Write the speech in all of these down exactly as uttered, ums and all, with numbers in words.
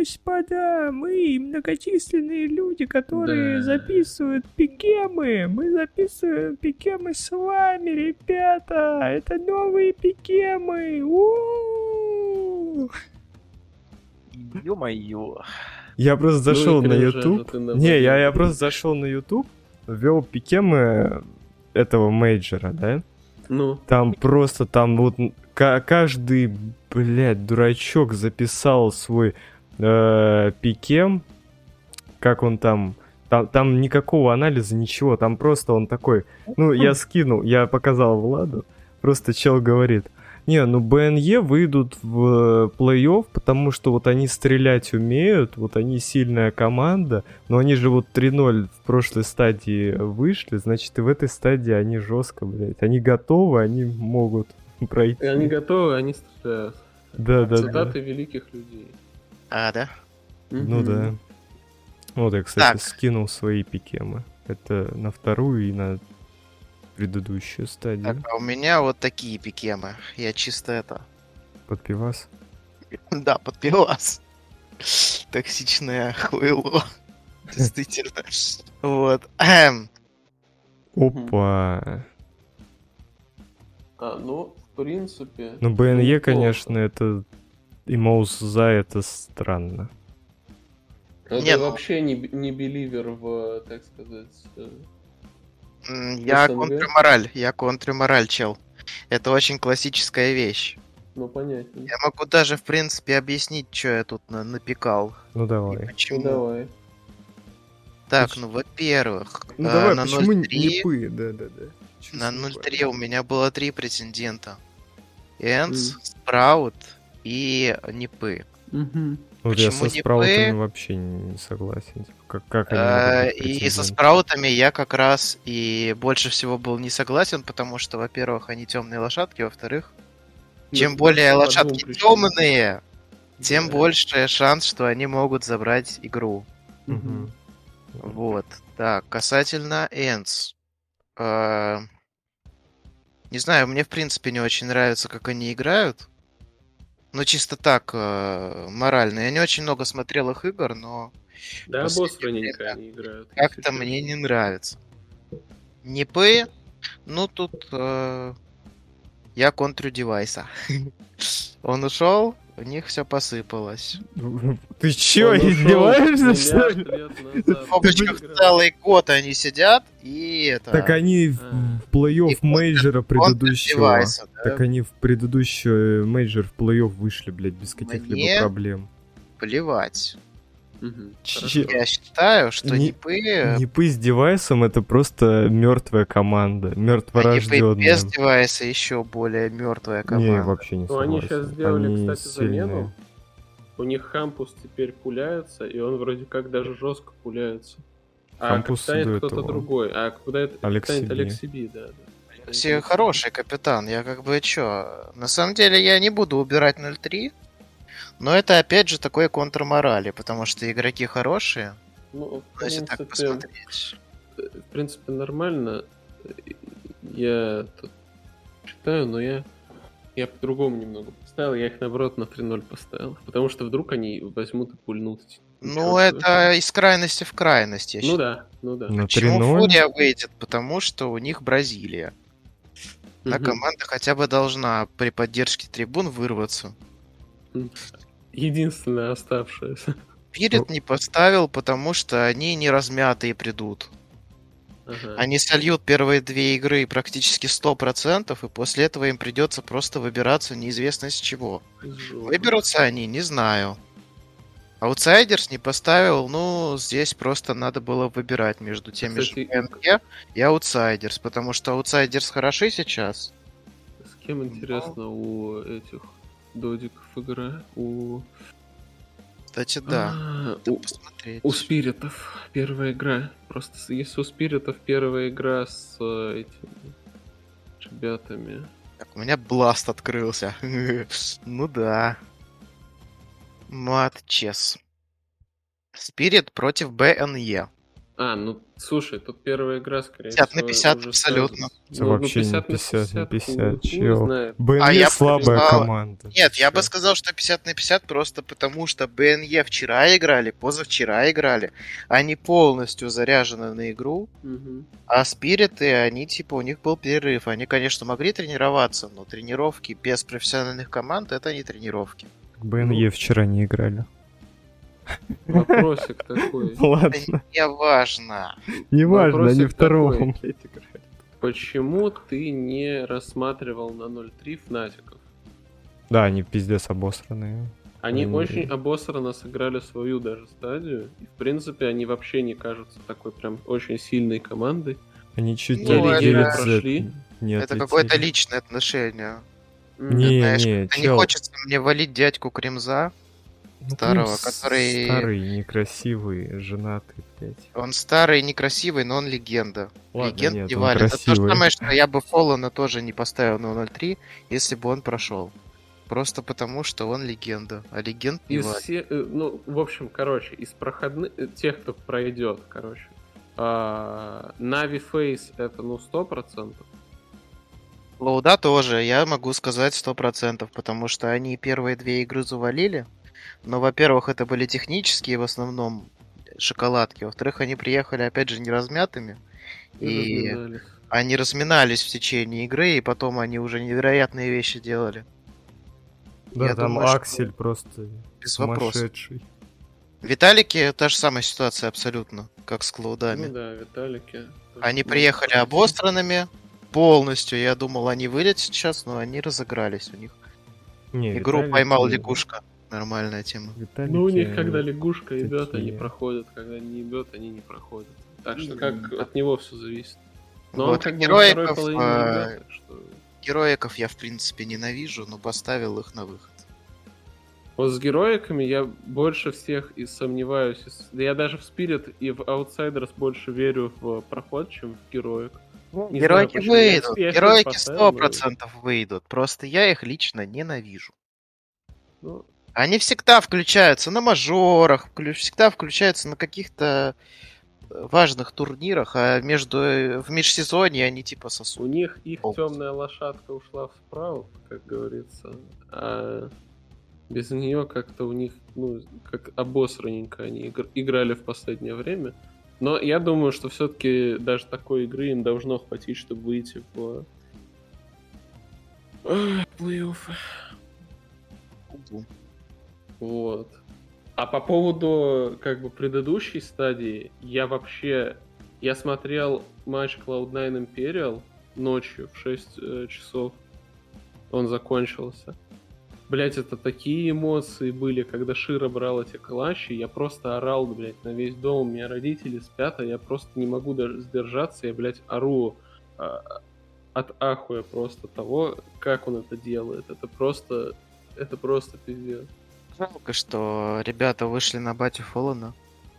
господа, мы многочисленные люди, которые Да. записывают пикемы. Мы записываем пикемы с вами, ребята. Это новые пикемы. У-у-у. Ё-моё. Я просто Ну и зашел на кринжа же YouTube. ты на Не, я, базе. я просто зашел на YouTube, ввел пикемы этого мейджора, да? Ну, Там просто, там вот ка- каждый, блядь, дурачок записал свой э, пикем, как он там, там, там никакого анализа, ничего, там просто он такой, ну, я скинул, я показал Владу, просто чел говорит, не, ну, БНЕ выйдут в плей-офф, потому что вот они стрелять умеют, вот они сильная команда, но они же вот три ноль в прошлой стадии вышли, значит, и в этой стадии они жестко, блядь, они готовы, они могут пройти. и они готовы, они стреляют. Да, да, да. Цитаты великих людей. А, да? Ну Мгм. да. Вот я, кстати, Так. скинул свои пикемы. Это на вторую и на предыдущую стадию. Так, а у меня вот такие пикемы. Я чисто это... Под пивас. Да, под пивас. Токсичное хуйло. Действительно. Вот. Эм. Опа. А, ну, в принципе... Ну, БНЕ, неплохо. конечно, это... И Моус За, это странно. Это Не, ну- вообще не, б- не беливер в, так сказать... э, М, Я СНГ? контрмораль. Я контрмораль, чел. Это очень классическая вещь. Ну, понятно. Я могу даже, в принципе, объяснить, что я тут на- напекал. Ну, И давай. Ну, почему. давай. Так, Поч- ну, во-первых, Ну, э, давай, на почему ноль три непы? Да-да-да. Чё на за ноль непы? три у меня было три претендента. Энс, Мгм. Спраут и Непы. Мгм. Вот я почему со не спраутами П? вообще не согласен. Типа, Как, как они Э, могут быть И со претендентами? спраутами я как раз и больше всего был не согласен, потому что, во-первых, они темные лошадки, во-вторых, чем Ну, более по двум лошадки причинам. темные, тем Да. больше шанс, что они могут забрать игру. Мгм. Вот. Так, касательно Энс. Э, Не знаю, мне в принципе не очень нравится, как они играют. Ну, чисто так, э, морально. Я не очень много смотрел их игр, но Да, последнее обосранненько время они играют. как-то если мне честно. не нравится. Непы, ну тут э, я контрю девайса. Он ушел, у них все посыпалось. Ты чё, Он ушел издеваешься, что миллиард ли? лет назад. В скобочках Игра. целый год они сидят, и это... Так они в А. в плей-офф И контр- мейджора предыдущего. девайса, да? Так они в предыдущий мейджор в плей-офф вышли, блядь, без каких-либо Мне проблем. Плевать. Мгм. Че- Хорошо. Я считаю, что Не- Непы... Непы с девайсом это просто мертвая команда, а Непы мертворожденная. без девайса еще более мертвая Не, команда. вообще не Ну, согласен. они сейчас сделали, Они кстати, сильные. замену. У них Хампус теперь пуляется, и он вроде как даже жестко пуляется. А Хампус капитанит до кто-то этого. другой. А куда это капитанит Алексиби. Алексиби, да, да. Все хороший капитан, я как бы чё. На самом деле я не буду убирать ноль три, но это опять же такой контрморали, потому что игроки хорошие, Ну, в но если так принципе, посмотреть. в принципе, нормально. Я тут читаю, но я я по-другому немного поставил. Я их, наоборот, на три ноль поставил. Потому что вдруг они возьмут и пульнут. Ну, Чёрт. это из крайности в крайность, я Ну считаю. да, ну да. На Почему три ноль? Фурия выйдет? Потому что у них Бразилия. А Мгм. команда хотя бы должна при поддержке трибун вырваться. Единственное оставшееся. Пирит не поставил, потому что они не размятые придут. Ага. Они сольют первые две игры практически сто процентов, и после этого им придется просто выбираться неизвестно с чего. Жопа. Выберутся они, не знаю. Аутсайдерс не поставил, ну, здесь просто надо было выбирать между теми Кстати, же ПНГ и Аутсайдерс, потому что Аутсайдерс хороши сейчас. С кем, интересно, у этих додиков игра? У... Кстати, да. А, Надо у, посмотреть. у спиритов первая игра. Просто с- если у спиритов первая игра с э, этими ребятами. Так, у меня Бласт открылся. Ну да. Матчес. Спирит против БНЕ. А, ну, слушай, тут первая игра, скорее пятьдесят на всего, пятьдесят уже абсолютно. сразу. Это Ну, ну, вообще не пятьдесят на пятьдесят на пятьдесят, пятьдесят, хуй чел. знает. А БНЕ я бы слабая сказал- команда. Нет, Ты я бы чё? сказал, что пятьдесят на пятьдесят просто потому, что БНЕ вчера играли, позавчера играли. Они полностью заряжены на игру, Мгм. а спириты, они типа, у них был перерыв. Они, конечно, могли тренироваться, но тренировки без профессиональных команд это не тренировки. БНЕ вчера не играли. Вопросик такой. Ладно, Это не важно. неважно, они вопросик второго, такой. блядь, играли. Почему ты не рассматривал на ноль три фнатиков? Да, они пиздец обосранные. Они Они- очень обосранно сыграли свою даже стадию. И, в принципе, они вообще не кажутся такой прям очень сильной командой. Они чуть Ну, ли это- девять прошли. зет не Это отлетели. какое-то личное отношение. М. Не, Знаешь, не, это не чел, хочется мне валить дядьку Кремза. ну, старого, Клим который- Старый, некрасивый, женатый, блядь. Он старый, некрасивый, но он легенда. Ладно, Легенд нет, не он валит. Это то же красивый. самое, что я бы Фоллана тоже не поставил на ноль три, если бы он прошел. Просто потому, что он легенда. А легенд не Из валит. все, э, ну, в общем, короче, из проходных, э, тех, кто пройдет, короче, а, Нави Фейс это, ну, сто процентов. Лоуда тоже, я могу сказать сто процентов, потому что они первые две игры завалили. Но, во-первых, это были технические в основном шоколадки. Во-вторых, они приехали, опять же, не размятыми. И они разминались в течение игры, и потом они уже невероятные вещи делали. Да, Я там думаю, что Аксель просто без вопросов. сумасшедший. Виталики та же самая ситуация абсолютно, как с Клаудами. Ну да, Виталики. Они Ну, приехали кстати. обосранными полностью. Я думал, они вылетят сейчас, но они разыгрались. У них Не, игру Виталики- поймал лягушка. Нормальная тема. Виталики, Ну, у них, когда лягушка ебет, они такие. проходят, когда не ебет, они не проходят. Так что М, как да. от него все зависит. Но он Вот, как бы на второй героиков, половине не э, ебет, так что... героиков я, в принципе, ненавижу, но поставил их на выход. Вот с героиками я больше всех и сомневаюсь. и с- Да я даже в Spirit и в Outsiders больше верю в проход, чем в героик. Не Героики знаю, почему. Я- выйдут. я их Героики поставил, сто но- процентов выйдут. Просто я их лично ненавижу. Ну, Они всегда включаются на мажорах, вклю- всегда включаются на каких-то э, важных турнирах, а между э, в межсезонье они типа у сосут. них их Полностью. темная лошадка ушла в спраут, как говорится. А без нее как-то у них, ну, как обосранненько они игр- играли в последнее время. Но я думаю, что все-таки даже такой игры им должно хватить, чтобы выйти в Ах, плей-офф. Вот. А по поводу как бы предыдущей стадии, я вообще... Я смотрел матч клауд найн Imperial ночью в шесть э, часов. Он закончился. Блять, это такие эмоции были, когда Шира брал эти клатчи. Я просто орал, блядь, на весь дом. У меня родители спят, а я просто не могу даже сдержаться. Я, блядь, ору а, от ахуя просто того, как он это делает. Это просто... Это просто пиздец. Жалко, что ребята вышли на батю Фоллана.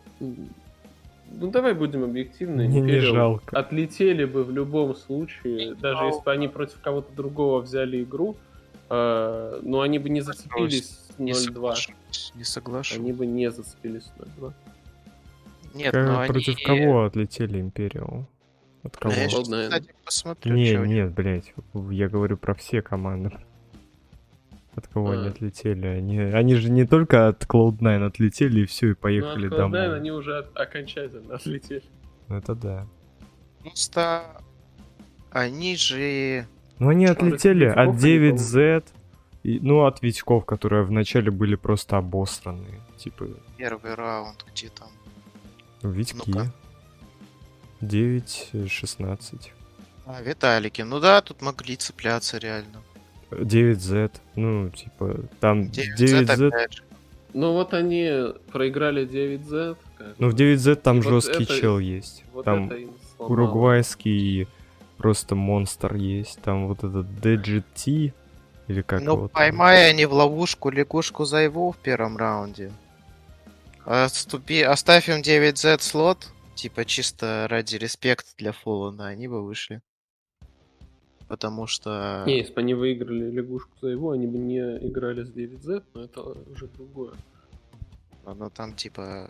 Ну давай будем объективны. Мне не Imperial жалко. Отлетели бы в любом случае, даже если бы они против кого-то другого взяли игру, э, но они бы не зацепились с Не ноль два. соглашусь. Не соглашусь. Они бы не зацепились с ноль два. Нет, Как- но Против они... кого отлетели Империал? От кого? Я Cloud сейчас, nine. кстати, посмотрю, Не, чё у них. нет, блядь, я говорю про все команды. От кого они А. отлетели? Они, они же не только от клауд найн отлетели и все, и Ну, поехали от cloud домой. найн они уже от- окончательно отлетели. Ну, это да. Просто они же... Ну, они Чё, отлетели Витьков от они, девять зет, и, ну, от Витьков, которые вначале были просто обосранные. Типа, Первый раунд, где там? Витьки. Ну-ка. девять шестнадцать. А, Виталики. Ну да, тут могли цепляться реально. девять зет. Ну, типа, там девять девять зет. опять же. Ну вот они проиграли девять зет. как Ну, в бы. девять зет там И вот жесткий это- чел есть. Вот там это им сломало. уругвайский просто монстр есть. Там вот этот ди джи ти, или как Ну, его там. поймай они в ловушку лягушку Зайву в первом раунде. Отступи, оставь им девять зет слот, типа чисто ради респекта для Фоллана, они бы вышли. Потому что... Не, если бы они выиграли лягушку за его, они бы не играли с девять зет, но это уже другое. Оно там типа...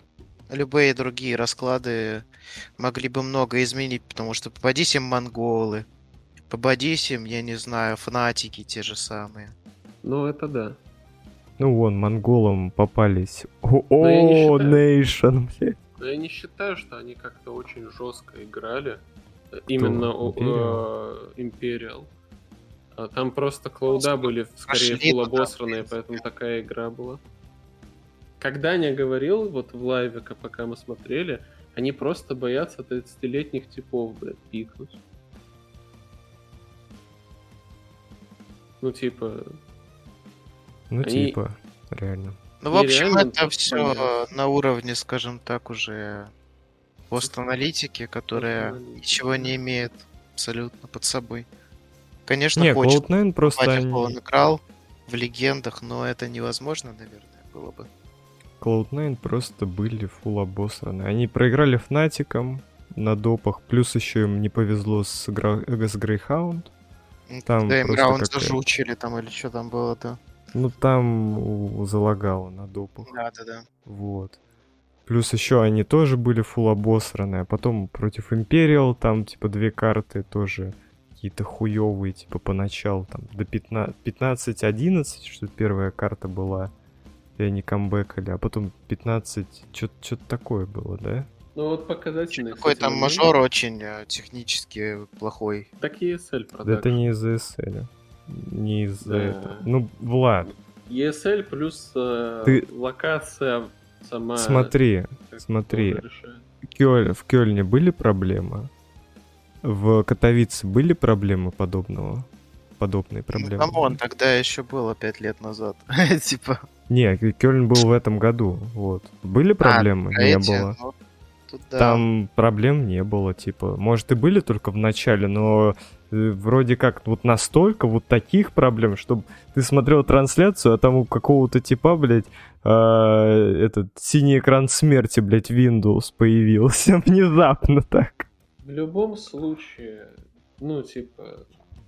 любые другие расклады могли бы много изменить, потому что попадись им монголы, попадись им, я не знаю, фнатики те же самые. Ну, это да. Ну вон, монголам попались. О, Но я не о, считаю. Nation, блядь. Но я не считаю, что они как-то очень жестко играли. Именно о- Imperial? э, Imperial. А Там просто клауда были скорее Пошли фул туда, обосранные, в принципе. поэтому такая игра была. Как Даня говорил, вот в лайве, ка- пока мы смотрели, они просто боятся тридцатилетних типов, блядь, пикнуть. Ну, типа, Ну Они- типа, реально. Ну, в общем, Нереально это все боятся. на уровне, скажем так, уже пост-аналитики, которая Пост-аналитики, ничего не да. имеет абсолютно под собой. Конечно, Не, хочет клоуд найн просто попасть, они... он играл в легендах, но это невозможно, наверное, было бы. клоуд найн просто были фул обосраны. Они проиграли Фнатикам на допах, плюс еще им не повезло с, Гра... с Greyhound. Там Когда им просто раунд какая- зажучили там или что там было, да. Ну там у- залагало на допах. Да, да, да. Вот. Плюс еще они тоже были фул обосраны, а потом против Imperial там типа две карты тоже какие-то хуёвые, типа поначалу там до пятнадцать одиннадцать, что первая карта была, и они камбэкали, а потом пятнадцать, что-то такое было, да? Ну вот показательный, Какой кстати, там момент. мажор очень э, технически плохой. Так и и эс эл Да продакшн. это не из-за эс эл, не из-за Да. этого. Ну, Влад, и эс эл плюс э, Ты- локация сама... смотри, как смотри. тоже решает. Кёль- в Кёльне были проблемы? В Катовице были проблемы подобного? Подобные Ну, проблемы? камон, тогда еще было пять лет назад. Типа. Не, Кёльн был в этом году, вот. Были проблемы? А, не эти, было. ну, тут да. Там проблем не было, типа. Может, и были только в начале, но э, вроде как вот настолько вот таких проблем, чтобы ты смотрел трансляцию, а там у какого-то типа, блядь, а, этот синий экран смерти, блядь, Windows появился внезапно так. В любом случае, ну, типа...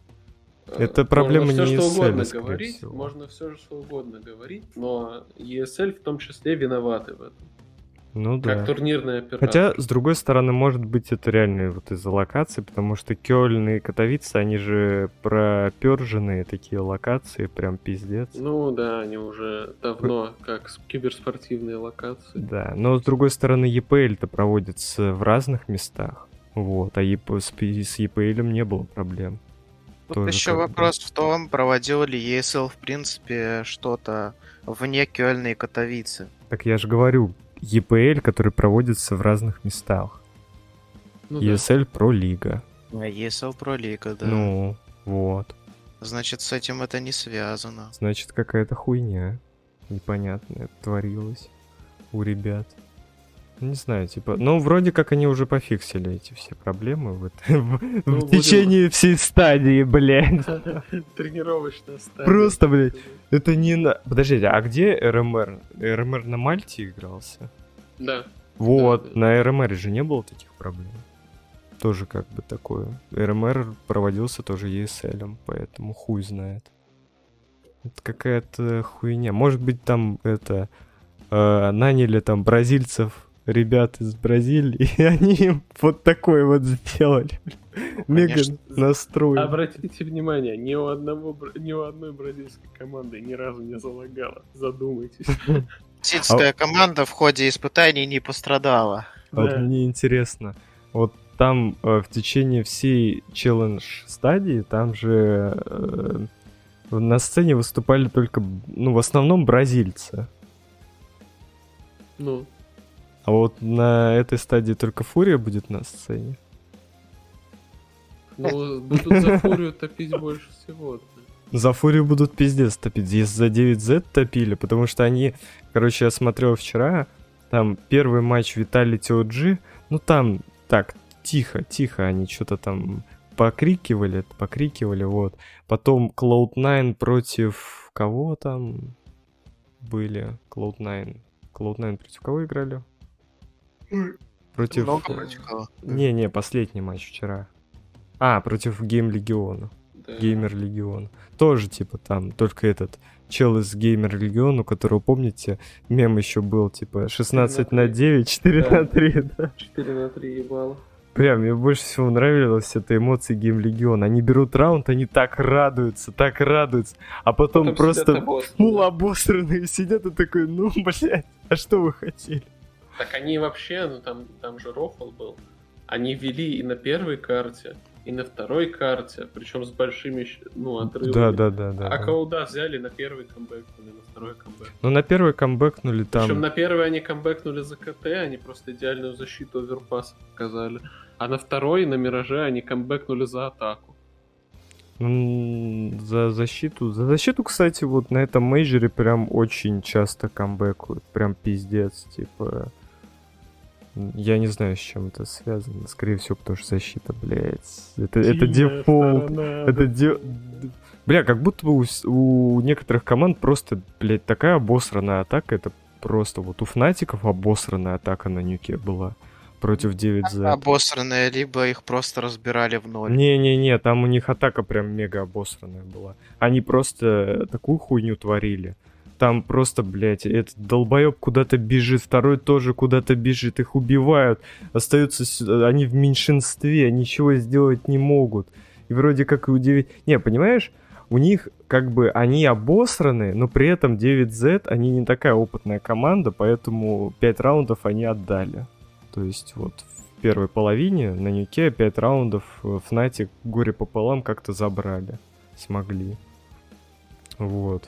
э, Это проблема можно не все, что и эс эл, угодно скорее говорить, всего. можно все, что угодно говорить, но и эс эл в том числе виноваты в этом. Ну да. Как турнирный оператор. Хотя, с другой стороны, может быть, это реально вот из-за локации, потому что Кёльн и Катовица, они же проперженные такие локации, прям пиздец. Ну да, они уже давно как с- киберспортивные локации. Да, но с другой стороны, и пи эл-то проводится в разных местах, вот, а ЕП с, пи- с и пи эл-ем не было проблем. Тут тоже еще как бы. вопрос в том, проводил ли и эс эл в принципе что-то вне Кёльна и Катовицы. Так я же говорю, и пи эл, который проводится в разных местах. Ну и да. эс эл Pro Лига. А и эс эл Pro League, да. Ну, вот. Значит, с этим это не связано. Значит, какая-то хуйня непонятная творилась у ребят. Не знаю, типа... Ну, вроде как они уже пофиксили эти все проблемы в, это- в- Ну, в будем- течение всей стадии, блядь. Тренировочная стадия. Просто, блядь. Это не на... Подождите, а где эр эм эр? эр эм эр на Мальте игрался? Да. Вот, Да, да. на эр эм эр же не было таких проблем. Тоже как бы такое. эр эм эр проводился тоже и эс эл, поэтому хуй знает. Это какая-то хуйня. Может быть, там это... э, наняли там бразильцев, ребят из Бразилии, и они им вот такой вот сделали. Мега Конечно. настрой. Обратите внимание, ни у одного бра- ни у одной бразильской команды ни разу не залагало. Задумайтесь. Сильская команда в ходе испытаний не пострадала. А вот Да. мне интересно, вот там э, в течение всей челлендж стадии, там же э, на сцене выступали только, ну, в основном бразильцы. Ну, А вот на этой стадии только Фурия будет на сцене. ну будут за Фурию топить больше всего. За Фурию будут пиздец топить. Если за девять зет топили, потому что они... Короче, я смотрел вчера, там первый матч Vitality о джи, ну там так, тихо, тихо, они что-то там покрикивали, покрикивали, вот. Потом клоуд найн против кого там были? клоуд найн. клоуд найн против кого играли? Против... Много Да. против кого? Не-не, последний матч вчера. А, против Гейм Легиона. Да. Геймер Легион. Тоже, типа, там, только этот чел из Геймер Легион, у которого, помните, мем еще был, типа, шестнадцать на девять, четыре на три, да? четыре на три ебало. Прям, мне больше всего нравилось это эмоции Гейм Легион. Они берут раунд, они так радуются, так радуются, а потом, потом просто фул обосранные сидят и такой, ну, блядь, а что вы хотели? Так они вообще, ну там, там же рофл был. Они вели и на первой карте, и на второй карте, причем с большими, ну, отрывами. Да, да, да, да. А да. Коуда взяли на первый камбэкнули, на второй камбэкнули. Ну, на первый камбэкнули там... Причем на первый они камбэкнули за КТ, они просто идеальную защиту оверпаса показали. А на второй, на Мираже, они камбэкнули за атаку. Ну, за защиту... За защиту, кстати, вот на этом мейджоре прям очень часто камбэкают. Прям пиздец, типа... Я не знаю, с чем это связано. Скорее всего, потому что защита, блядь. Это, это дефолт. Это де... Бля, как будто бы у, у некоторых команд просто, блядь, такая обосранная атака. Это просто вот у Фнатиков обосранная атака на нюке была против девять зет. Обосранная, либо их просто разбирали в ноль. Не-не-не, там у них атака прям мега обосранная была. Они просто такую хуйню творили. Там просто, блядь, этот долбоеб куда-то бежит, второй тоже куда-то бежит, их убивают, остаются, они в меньшинстве, ничего сделать не могут. И вроде как и удивить... Не, понимаешь, у них как бы они обосраны, но при этом девять зет, они не такая опытная команда, поэтому пять раундов они отдали. То есть вот в первой половине на нюке пять раундов Fnatic горе пополам как-то забрали, смогли. Вот.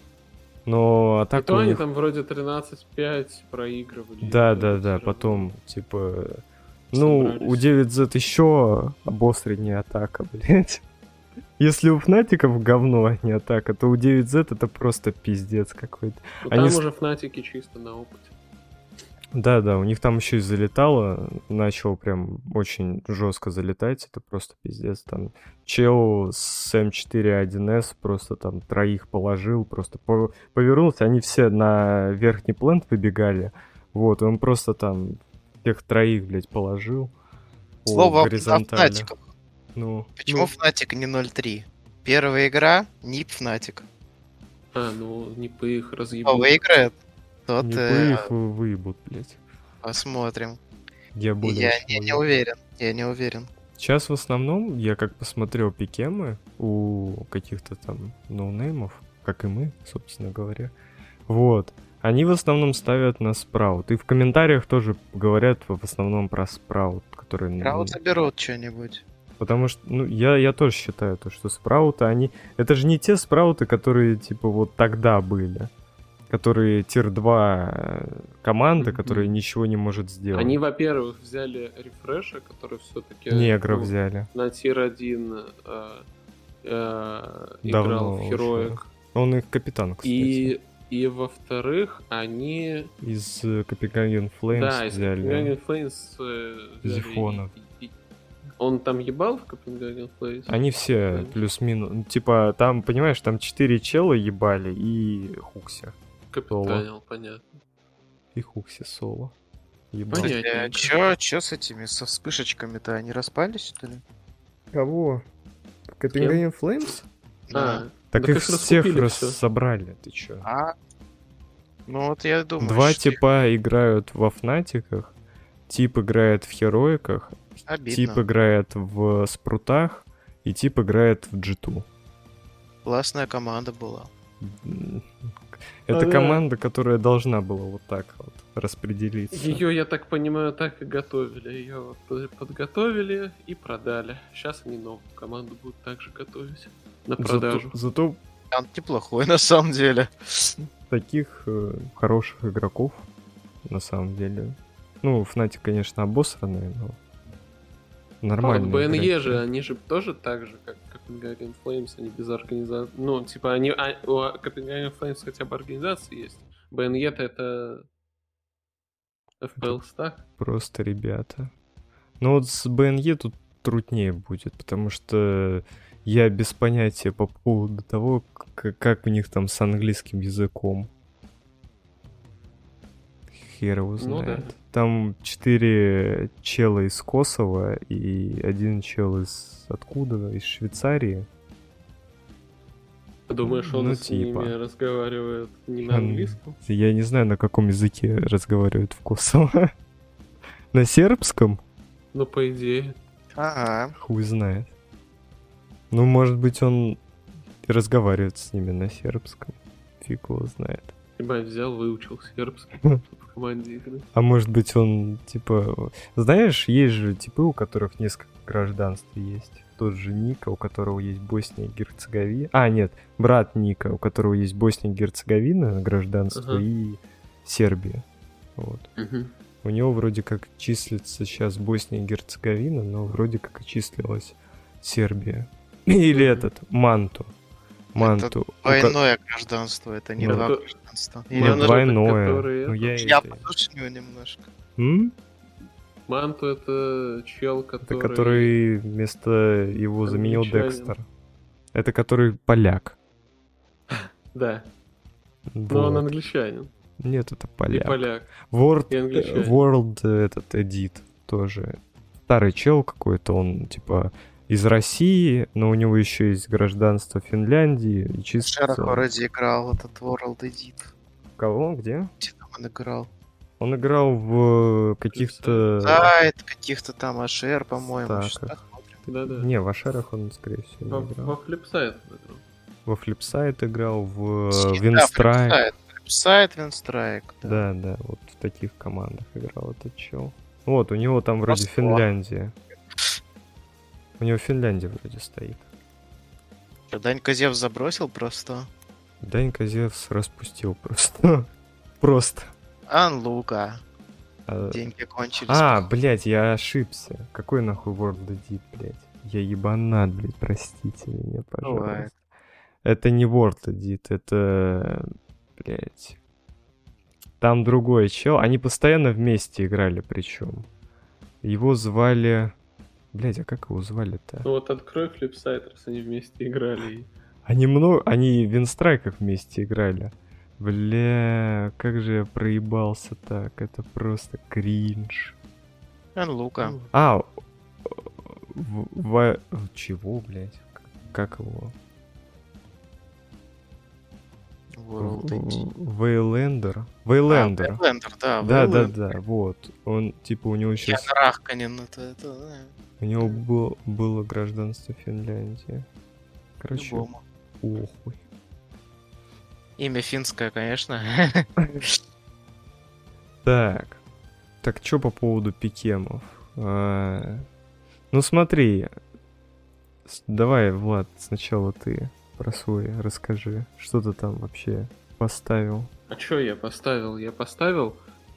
Но атака. И то у они них... там вроде тринадцать пять проигрывали. Да, да, да, потом, типа... Ну, у девять зет еще обостреннее атака, блядь. Если у Фнатиков говно, а не атака, то у девять зет это просто пиздец какой-то. Ну, они... Там уже Фнатики чисто на опыте. Да, да, у них там еще и залетало, начал прям очень жестко залетать, это просто пиздец. Там чел с эм четыре один эс просто там троих положил, просто повернулся, они все на верхний плент выбегали, вот, он просто там тех троих, блядь, положил. Слово о Фнатиках. Ну, Почему ну... Фнатик не ноль три? Первая игра, нип Фнатик. А, ну, нипы их разъебут. Кто выиграет? Тот, Нипы э... их выебут, блядь. Посмотрим. Я, я не, не уверен, я не уверен. Сейчас в основном, я как посмотрел пикемы у каких-то там ноунеймов, как и мы, собственно говоря, вот, они в основном ставят на спраут. И в комментариях тоже говорят в основном про спраут, который... Спраут заберут что-нибудь. Потому что, ну, я, я тоже считаю, то, что спрауты, они... Это же не те спрауты, которые, типа, вот тогда были. Которые тир два команда, mm-hmm. которая ничего не может сделать. Они, во-первых, взяли рефреша, который все-таки... Негров ну, взяли. На тир один э, э, играл в Heroic. Он их капитан, кстати. И, и во-вторых, они... Из Copenhagen Flames да, взяли. Да, из Copenhagen Flames э, взяли. Зифонов. И, и, он там ебал в Copenhagen Flames? Они все плюс-минус... Типа, там, понимаешь, там четыре чела ебали и Хукси. Капитанил, понятно. И Хукси соло. Понятно. Чё, чё с этими, со вспышечками-то, они распались, что ли? Кого? Copenhagen Flames? Да. Так их всех собрали, ты чё? А? Ну вот я думаю, Два типа играют во Фнатиках, тип играет в Хероиках, тип играет в Спрутах, и тип играет в джи ту. Классная команда была. Это а, команда, да. которая должна была вот так вот распределиться. Ее, я так понимаю, так и готовили. Ее подготовили и продали. Сейчас они новую команду будут также готовить на продажу. Зато... Он неплохой, на самом деле. Таких э, хороших игроков, на самом деле. Ну, Fnatic, конечно, обосранные, но... Нормально. А вот БНЕ же, они же тоже так же, как Copenhagen Flames, они без организации. Ну, типа, они, а, у Copenhagen Flames хотя бы организация есть. БНЕ-то это эф пи эл так. Просто ребята. Но вот с БНЕ тут труднее будет, потому что я без понятия по поводу того, как, как у них там с английским языком. Хер его знает. Ну, да. Там четыре чела из Косово и один чел из откуда? Из Швейцарии. Думаешь, он Ну, с ними типа. разговаривает не на Он- английском? Я не знаю, на каком языке разговаривают в Косово. На сербском? Ну, по идее. Ага. Хуй знает. Ну, может быть, он и разговаривает с ними на сербском. Фиг его знает. Ебать, взял, выучил сербский тут в команде игры. А может быть, он, типа... Знаешь, есть же типы, у которых несколько гражданств есть. Тот же Ника, у которого есть Босния и Герцеговина. А, нет, брат Ника, у которого есть Босния и Герцеговина, гражданство, Ага. и Сербия. Вот. Мгм. У него вроде как числится сейчас Босния и Герцеговина, но вроде как и числилась Сербия. Или Мгм. этот, Манту. Манту. У ко- Двойное гражданство, это не Ну, два это- гражданства. Ну, Или Ну, он это уже- двойное. который Ну, это- я Я это- подушню немножко. М? Манту это чел, Это который... который вместо его заменил Англичанин. Декстер. Это который поляк. Да, но он Вот. англичанин. Нет, это И поляк. поляк. World, и англичанин. World э, этот Edit тоже. Старый чел какой-то, он типа из России, но у него еще есть гражданство Финляндии. И чисто... Шерах вроде играл этот World Edit. Кого? Где? Где там он играл? Он играл в каких-то... Сайт, каких-то там Ашер, по-моему. Так. Щас посмотрим. Да-да. Не, в Ашерах он, скорее всего, Во, не играл. во флипсайд играл. Во Флипсайд играл, в Да, Винстрайк. Flipside. Flipside, Винстрайк. Да, да, вот в таких командах играл этот чел. Вот, у него там вроде Москва. Финляндия. У него Финляндия вроде стоит. Дань Козев забросил просто. Данька Зевс распустил просто. Просто. Анлука. А, Деньги кончились. А, блядь, я ошибся. Какой нахуй World Edit, блядь? Я ебанат, блядь, простите меня, пожалуйста. Бывает. Это не World Edit, это... Блядь. Там другой чел. Они постоянно вместе играли, причем. Его звали... Блядь, а как его звали-то? Ну вот открой флипсайд, раз они вместе играли. Они много... Они в Винстрайках вместе играли. Бля, как же я проебался так. Это просто кринж. Анлука. А, в, в- в- чего, блядь? К- Как его? World Edit. Вейлендер? Вейлендер. А, Вейлендер, да. Да, да, Вейлендер. да, вот. Он, типа, у него Ян сейчас... Рахканин, это, это, да, У него был, было гражданство Финляндии. Короче, по-любому. похуй. Имя финское, конечно. Так. Так, что по поводу пикемов? А, Ну смотри. С- Давай, Влад, сначала ты про свой расскажи. Что ты там вообще поставил? А чё я поставил? Я поставил...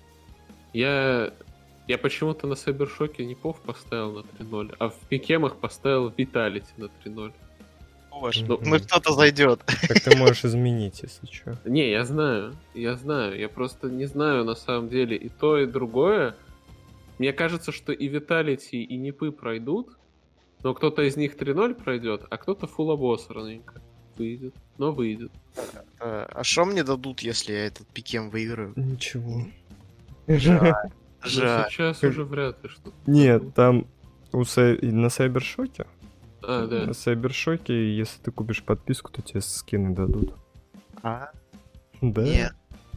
Я... Я почему-то на Сайбершоке не пов поставил на три ноль, а в пикемах поставил Виталити на три ноль. Ну, Мгм. ну кто-то зайдет. Так ты можешь изменить, если что. Не, я знаю, я знаю, я просто не знаю на самом деле и то, и другое. Мне кажется, что и Виталити, и Нипы пройдут, но кто-то из них три ноль пройдет, а кто-то фулл обосранненько выйдет, но выйдет. А что мне дадут, если я этот пикем выиграю? Ничего. Жаль. Но Жаль. сейчас уже вряд ли что-то. Нет, там у сай- на Сайбершоке. А, да. На Сайбершоке, если ты купишь подписку, то тебе скины дадут. А? Да? Нет.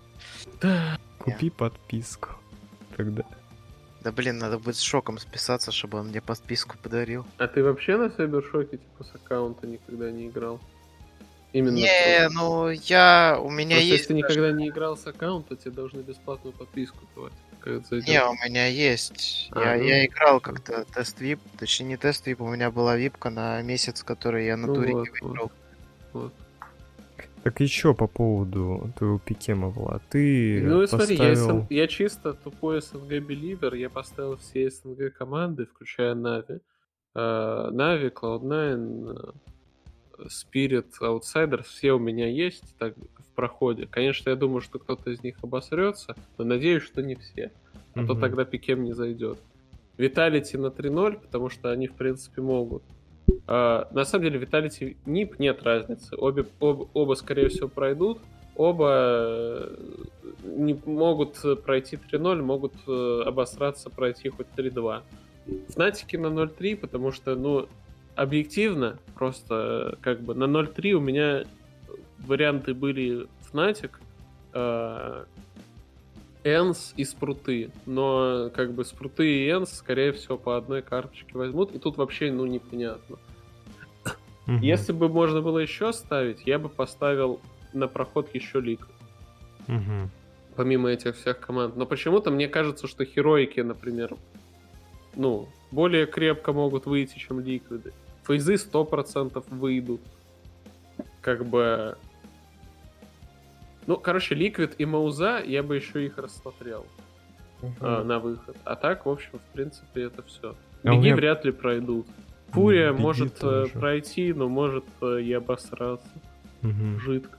Купи подписку. Тогда. Да блин, надо будет с шоком списаться, чтобы он мне подписку подарил. А ты вообще на Сайбершоке типа с аккаунта никогда не играл? Именно. Не, с- ну я... У меня Просто есть... если ты никогда не играл с аккаунта, тебе должны бесплатную подписку давать. Когда ты зайдёшь. Не, у меня есть. А, я, ну, я играл всё. как-то тест-вип. Точнее, не тест-вип, у меня была випка на месяц, который я на Ну турике вот, выиграл. Вот. Так еще по поводу твоего пикема, Влад. Ты Ну и смотри, я, поставил... СН я чисто тупой СНГ Беливер, я поставил все СНГ команды, включая Нави. А, Нави, клауд найн, Spirit, Outsiders, все у меня есть так, в проходе. Конечно, я думаю, что кто-то из них обосрется, но надеюсь, что не все. А то Мгм. тогда пикем не зайдет. Виталити на три ноль, потому что они, в принципе, могут. А, на самом деле, Виталити нип нет разницы. Обе, об- оба, скорее всего, пройдут. Оба э, не могут пройти три ноль, могут э, обосраться, пройти хоть три два. Фнатики на ноль три, потому что, ну, объективно, просто э, как бы на ноль три у меня варианты были Fnatic, э, Энс и Спруты. Но как бы Спруты и Энс, скорее всего, по одной карточке возьмут. И тут вообще, ну, непонятно. Мгм. Если бы можно было еще ставить, я бы поставил на проход еще Лик. Мгм. Помимо этих всех команд. Но почему-то мне кажется, что Хероики, например, ну, более крепко могут выйти, чем Ликвиды. Фейзы сто процентов выйдут. Как бы... Ну, короче, Ликвид и Мауза, я бы еще их рассмотрел а, на выход. А так, в общем, в принципе, это все. А у Беги меня- вряд ли пройдут. Фурия Беги может э, тоже. пройти, но может э, и обосраться. Мгм. Жидко.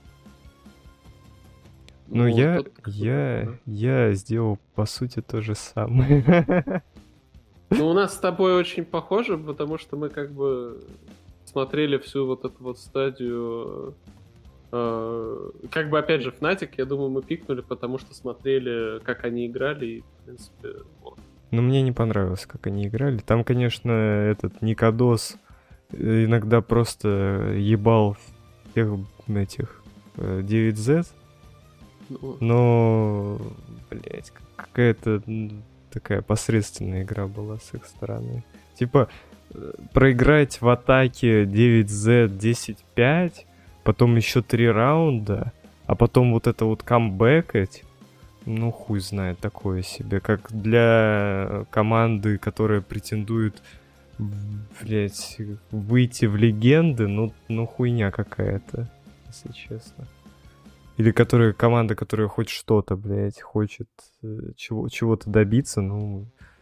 Ну, Вот, я, тут как бы я, да. я сделал, по сути, то же самое. Ну, у нас с тобой очень похоже, потому что мы как бы смотрели всю вот эту вот стадию. э, как бы, опять же, Fnatic, я думаю, мы пикнули, потому что смотрели, как они играли, и, в принципе, вот. Но мне не понравилось, как они играли. Там, конечно, этот Никодос э, иногда просто ебал всех этих э, девять зет, Ну, но, блять, какая-то м, такая посредственная игра была с их стороны. Типа, э, проиграть в атаке девять зет десять пять, потом еще три раунда, а потом вот это вот камбэкать, ну, хуй знает, такое себе. Как для команды, которая претендует, блять, выйти в легенды, ну, ну хуйня какая-то, если честно. Или которая команда, которая хоть что-то, блядь, хочет э, чего, чего-то добиться, ну...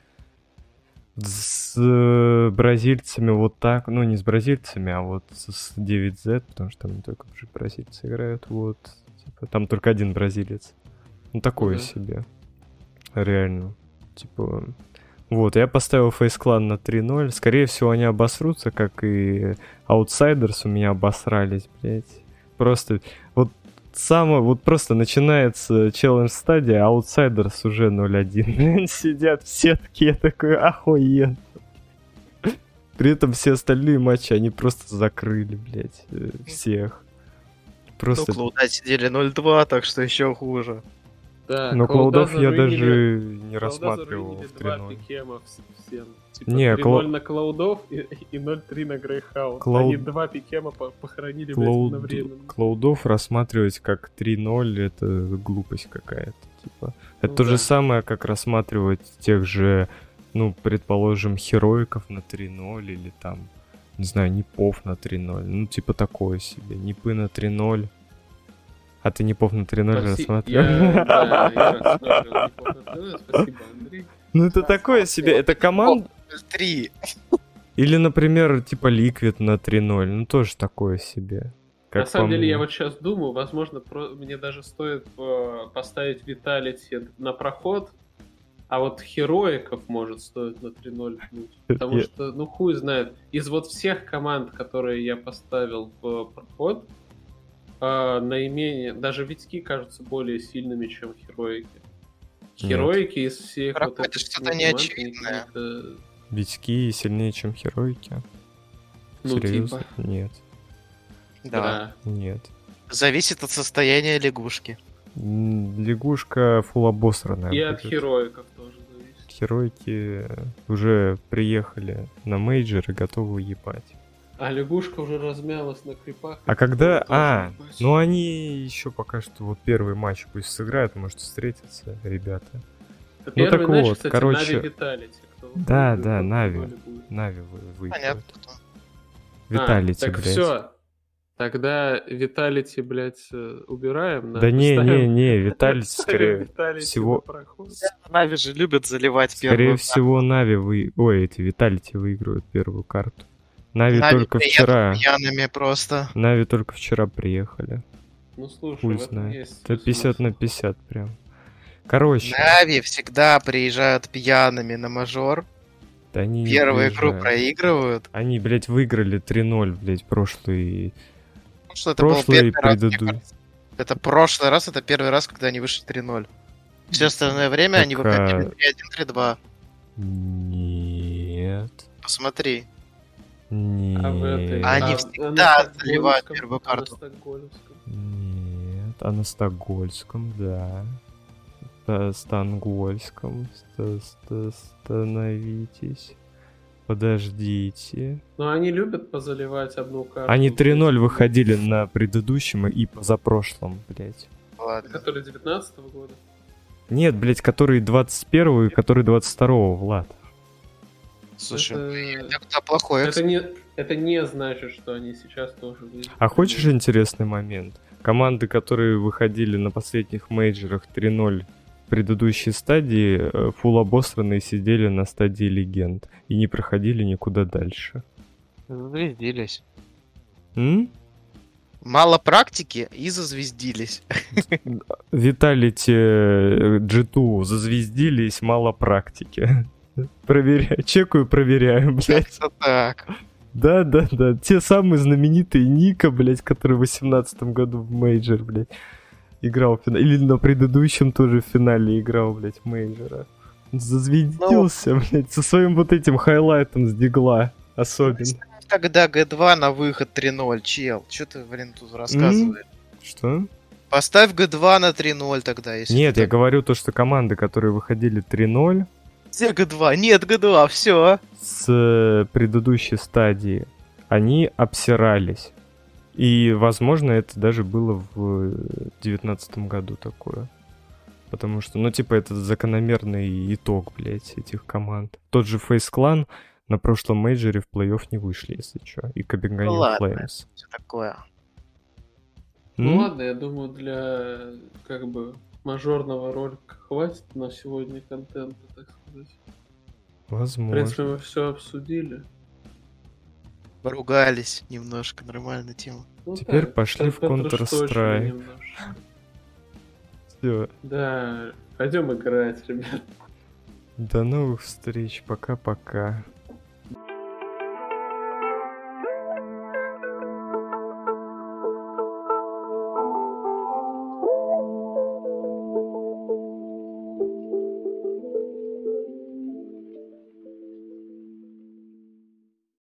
С э, бразильцами вот так, ну не с бразильцами, а вот с, с девять зет, потому что там не только же бразильцы играют, вот. Типа, там только один бразилец. Ну такое Мгм. себе. Реально. Типа... Вот, я поставил Face Clan на три ноль. Скорее всего, они обосрутся, как и Outsiders у меня обосрались, блядь. Просто... Вот само, вот просто начинается челлендж стадия, а Outsiders уже ноль один. Сидят в сетке, я такой, охуенно. При этом все остальные матчи они просто закрыли, блядь, э, всех. Ну, Просто... Клоуда сидели ноль два, так что еще хуже. да, Но Клауда Клаудов я заруинили- даже не Клауда рассматривал заруинили в два три ноль. пикема вс- всем. Типа Не, три ноль на Клаудов и, и ноль три на Грейхаунд. Клауд- Они два пикема по- похоронили блядь, Клауд- одновременно. Клаудов рассматривать как три ноль это глупость какая-то. Типа. Это Ну то да. же самое, как рассматривать тех же, ну, предположим, Хероиков на три ноль или там, не знаю, Непов на три ноль. Ну, типа такое себе. Непы на три ноль. А ты Непов на три ноль Спаси- рассматривал? Я, да, я рассматривал неплохо. Ну, Спасибо, Андрей. Ну, это такое себе. Это команда... три. Или, например, типа Ликвид на три ноль. Ну, тоже такое себе. Как На самом по деле, мне. я вот сейчас думаю, возможно, про- мне даже стоит э, поставить Виталити на проход, а вот Хероиков может стоит на три ноль пнуть. Потому Я- что, ну хуй знает, из вот всех команд, которые я поставил в проход, э, наименее, даже Витьки кажутся более сильными, чем Хероики. Нет. Хероики из всех вот Проходит этих что-то всех команд, неочевидное. они какие-то, Витьки сильнее, чем Хероики? ну Серьезно? типа, Нет. Да. Нет. Зависит от состояния лягушки. М, Лягушка фул обосранная. И от будет. Хероиков тоже зависит. Херойки уже приехали на мейджор и готовы ебать. А лягушка уже размялась на крипах. А когда... Тоже А, ебать. ну они еще пока что вот первый матч пусть сыграют, может встретятся, ребята. Это ну первый так матч, вот, кстати, короче- Нави Vitality, кто Да, выиграет, да, тот Нави. в финале будет. Нави вы- выиграют. Понятно. Виталити, а, так блядь. все. Тогда Виталити, блядь, э, убираем. Да не, не, ставим- не, Виталити ставим скорее Vitality всего- на проход. Нави же любят заливать Скорее первую всего, Нави вы... Ой, эти Виталити выиграют первую карту. Нави, Нави только приедут вчера... пьяными просто. Нави только вчера приехали. Ну слушай, Хуй в этом знает. есть Это пятьдесят на смысл. пятьдесят прям. Короче, Нави всегда приезжают пьяными на мажор. да они не Первую игру приезжают. проигрывают. Они, блядь, выиграли три ноль, блядь, прошлый... Ну, что это был Прошлый и первый раз, мне предыдущий. кажется. Это прошлый раз, это первый раз, когда они вышли три ноль. Все остальное время они Так, а- выходили три один, три два. Нет. Посмотри. Нет. А в этой- Они а- всегда а на заливают Стокгольмском- первую а на карту. Стокгольмском? а на Стокгольмском, да. Ста- Стангольском. Ста- ста- Становитесь. Подождите. Но они любят позаливать одну карту. Они три ноль выходили на предыдущем и позапрошлом, блядь. Ладно. Который девятнадцатого года. Нет, блядь, который двадцать первого и который двадцать второго, Влад. Слушай, Это- это плохой Это не, это не значит, что они сейчас тоже выйдут. А хочешь интересный момент? Команды, которые выходили на последних мейджорах три ноль в предыдущей стадии, э, фулл обосранные сидели на стадии легенд и не проходили никуда дальше. Зазвездились. М? Мало практики и зазвездились. Виталити э, джи два зазвездились, мало практики. Проверяю, чекаю, проверяю, блядь. Как-то так. Да, да, да. Те самые знаменитые Ника, блядь, который в восемнадцатом году в мейджор, блядь, играл в финале. Или на предыдущем тоже в финале играл, блядь, мейджора. Зазвездился, блядь, со своим вот этим хайлайтом с дигла особенно. Тогда джи два на выход три ноль, чел. Че ты, блин, тут рассказываешь? Что? Поставь джи два на три ноль тогда, если Нет, ты я так- говорю то, что команды, которые выходили три ноль Где джи два? Нет, джи два, все. с э, предыдущей стадии, они обсирались. И, возможно, это даже было в девятнадцатом году такое. Потому что, ну, типа, это закономерный итог, блядь, этих команд. Тот же Face Clan на прошлом мейджоре в плей-офф не вышли, если что. И Copenhagen Ну ладно. Flames. Все такое. Ну М? ладно, я думаю, для как бы мажорного ролика хватит на сегодня контента, так сказать. В Возможно. принципе, мы все обсудили. Поругались немножко, нормальная тема. Ну Теперь так, пошли в потрошочили Counter-Strike. немножко. Всё. Да, пойдем играть, ребят. До новых встреч. Пока-пока.